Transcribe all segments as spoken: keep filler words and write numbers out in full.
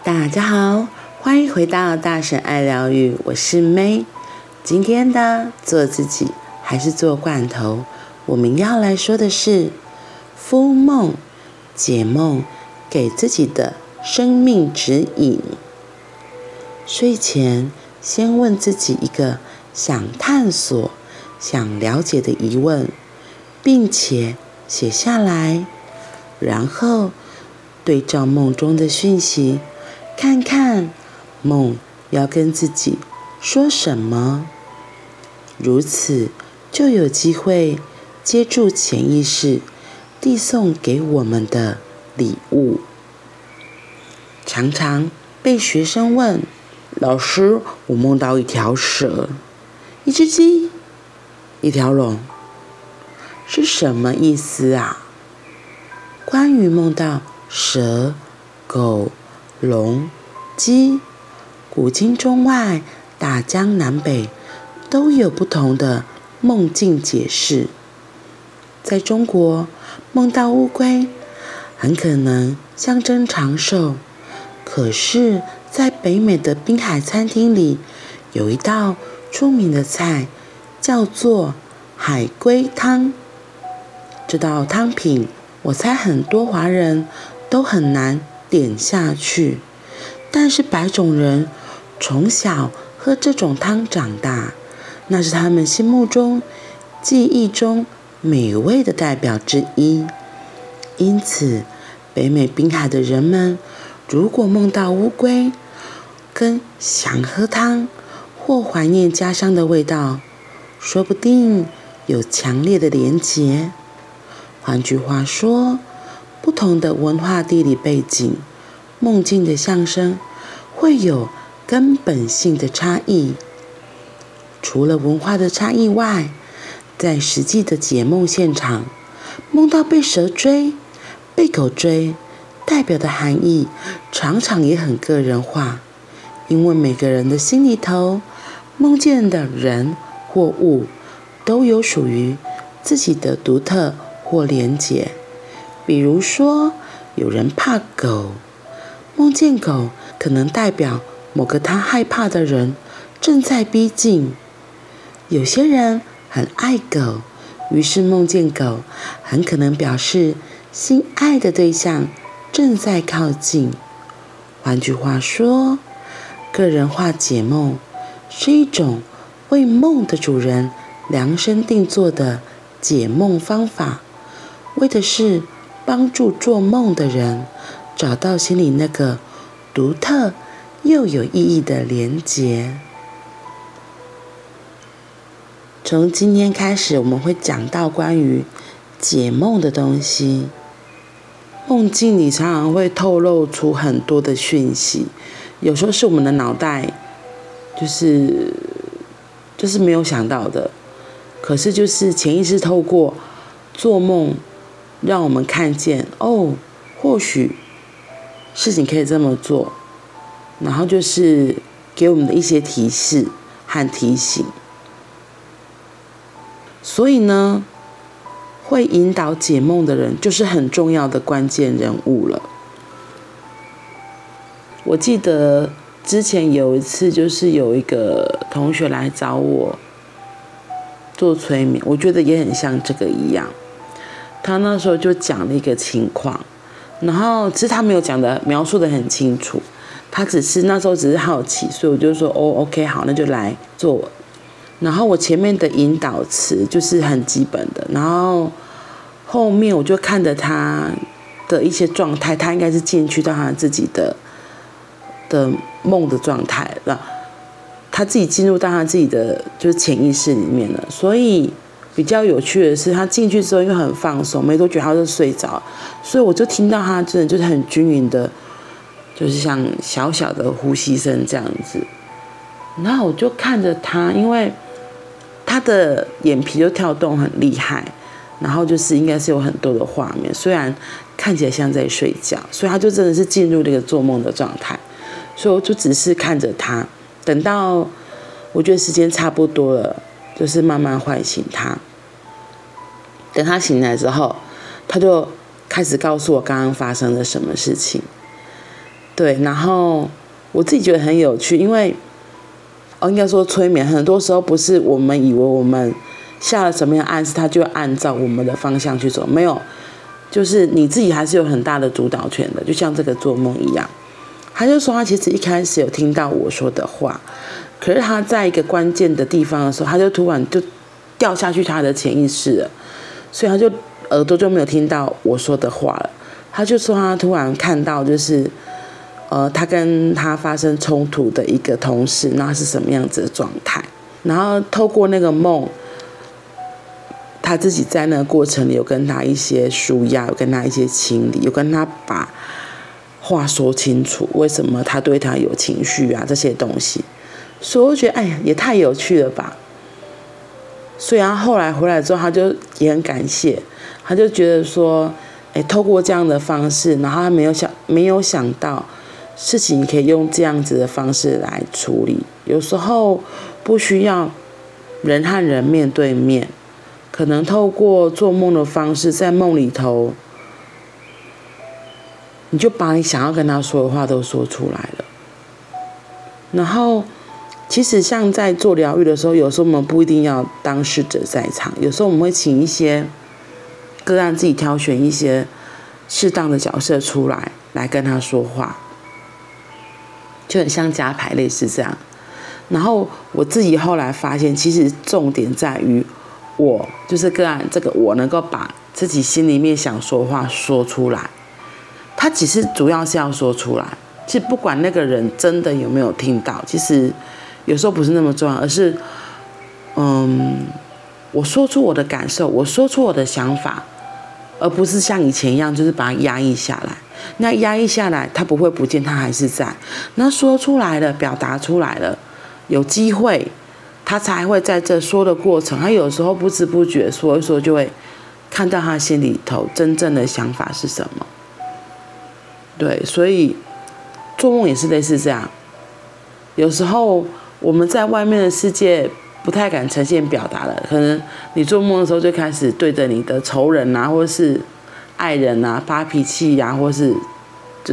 大家好，欢迎回到大神爱疗愈，我是 May。今天的做自己还是做罐头，我们要来说的是敷梦、解梦给自己的生命指引。睡前先问自己一个想探索、想了解的疑问，并且写下来，然后对照梦中的讯息，看看梦要跟自己说什么，如此就有机会接住潜意识递送给我们的礼物。常常被学生问，老师，我梦到一条蛇、一只鸡、一条龙，是什么意思啊？关于梦到蛇、狗、龙、鸡，古今中外、大江南北都有不同的梦境解释。在中国，梦到乌龟很可能象征长寿，可是在北美的滨海餐厅里，有一道出名的菜叫做海龟汤。这道汤品，我猜很多华人都很难点下去，但是白种人从小喝这种汤长大，那是他们心目中记忆中美味的代表之一。因此北美滨海的人们如果梦到乌龟，跟想喝汤或怀念家乡的味道，说不定有强烈的连结。换句话说，不同的文化地理背景，梦境的象征会有根本性的差异。除了文化的差异外，在实际的解梦现场，梦到被蛇追、被狗追，代表的含义常常也很个人化，因为每个人的心里头梦见的人或物都有属于自己的独特或连结。比如说，有人怕狗，梦见狗可能代表某个他害怕的人正在逼近。有些人很爱狗，于是梦见狗很可能表示心爱的对象正在靠近。换句话说，个人化解梦是一种为梦的主人量身定做的解梦方法，为的是帮助做梦的人找到心里那个独特又有意义的连结。从今天开始，我们会讲到关于解梦的东西。梦境里常常会透露出很多的讯息，有时候是我们的脑袋就是就是没有想到的，可是就是潜意识透过做梦让我们看见，哦，或许事情可以这么做，然后就是给我们的一些提示和提醒。所以呢，会引导解梦的人就是很重要的关键人物了。我记得之前有一次，就是有一个同学来找我做催眠，我觉得也很像这个一样。他那时候就讲了一个情况，然后其实他没有讲的描述的很清楚，他只是那时候只是好奇，所以我就说哦 OK 好，那就来做。然后我前面的引导词就是很基本的，然后后面我就看着他的一些状态，他应该是进去到他自己的的梦的状态了，他自己进入到他自己的就是潜意识里面了。所以比较有趣的是，他进去之后因为很放松，没多久他就睡着，所以我就听到他真的就是很均匀的，就是像小小的呼吸声这样子。然后我就看着他，因为他的眼皮就跳动很厉害，然后就是应该是有很多的画面，虽然看起来像在睡觉，所以他就真的是进入那个做梦的状态。所以我就只是看着他，等到我觉得时间差不多了，就是慢慢唤醒他。等他醒来之后，他就开始告诉我刚刚发生了什么事情。 对，然后我自己觉得很有趣，因为哦，应该说催眠很多时候不是我们以为我们下了什么样的暗示，它就会按照我们的方向去走，没有，就是你自己还是有很大的主导权的，就像这个做梦一样。他就说他其实一开始有听到我说的话，可是他在一个关键的地方的时候，他就突然就掉下去他的潜意识了，所以他就耳朵就没有听到我说的话了。他就说他突然看到就是呃他跟他发生冲突的一个同事，那是什么样子的状态，然后透过那个梦，他自己在那个过程里有跟他一些抒压，有跟他一些清理，有跟他把话说清楚，为什么他对他有情绪啊这些东西，所以我觉得哎呀也太有趣了吧。所以他后来回来之后，他就也很感谢，他就觉得说，哎，透过这样的方式，然后他没有想没有想到事情可以用这样子的方式来处理，有时候不需要人和人面对面，可能透过做梦的方式，在梦里头，你就把你想要跟他说的话都说出来了。然后其实像在做疗愈的时候，有时候我们不一定要当事者在场，有时候我们会请一些个案自己挑选一些适当的角色出来，来跟他说话，就很像加牌类似这样。然后我自己后来发现，其实重点在于我，就是个案这个我能够把自己心里面想说的话说出来。他其实主要是要说出来，其实不管那个人真的有没有听到，其实有时候不是那么重要，而是嗯，我说出我的感受，我说出我的想法，而不是像以前一样就是把它压抑下来。那压抑下来它不会不见，它还是在。那说出来了，表达出来了，有机会他才会在这说的过程，他有时候不知不觉说一说就会看到他心里头真正的想法是什么。对，所以做梦也是类似这样，有时候我们在外面的世界不太敢呈现表达了，可能你做梦的时候就开始对着你的仇人啊，或是爱人啊发脾气啊，或是就是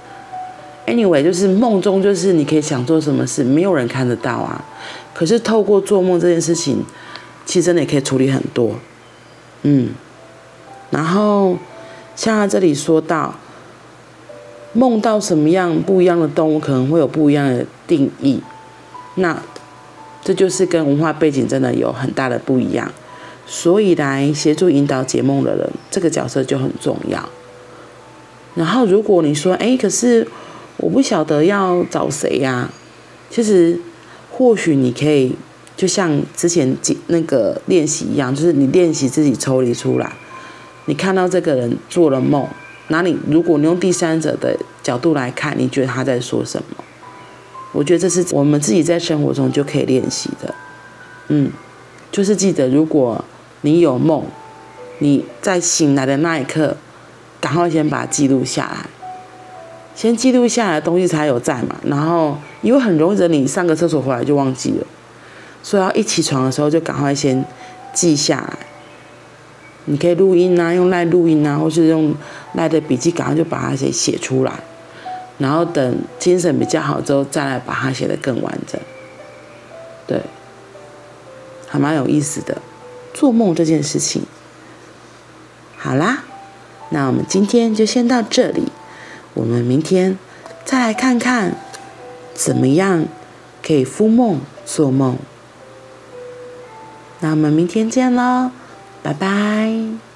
anyway 就是梦中就是你可以想做什么事，没有人看得到啊。可是透过做梦这件事情，其实真的也可以处理很多。嗯，然后像他这里说到梦到什么样不一样的动物可能会有不一样的定义，那这就是跟文化背景真的有很大的不一样，所以来协助引导解梦的人这个角色就很重要。然后如果你说哎，可是我不晓得要找谁呀，其实或许你可以就像之前那个练习一样，就是你练习自己抽离出来，你看到这个人做了梦，那你如果你用第三者的角度来看，你觉得他在说什么？我觉得这是我们自己在生活中就可以练习的。嗯，就是记得如果你有梦，你在醒来的那一刻赶快先把它记录下来，先记录下来的东西才有在嘛。然后因为很容易你上个厕所回来就忘记了，所以要一起床的时候就赶快先记下来。你可以录音啊，用LINE录音啊，或是用LINE的笔记，赶快就把它写写出来，然后等精神比较好之后再来把它写得更完整。对，还蛮有意思的，做梦这件事情。好啦，那我们今天就先到这里，我们明天再来看看怎么样可以敷梦做梦。那我们明天见咯，拜拜。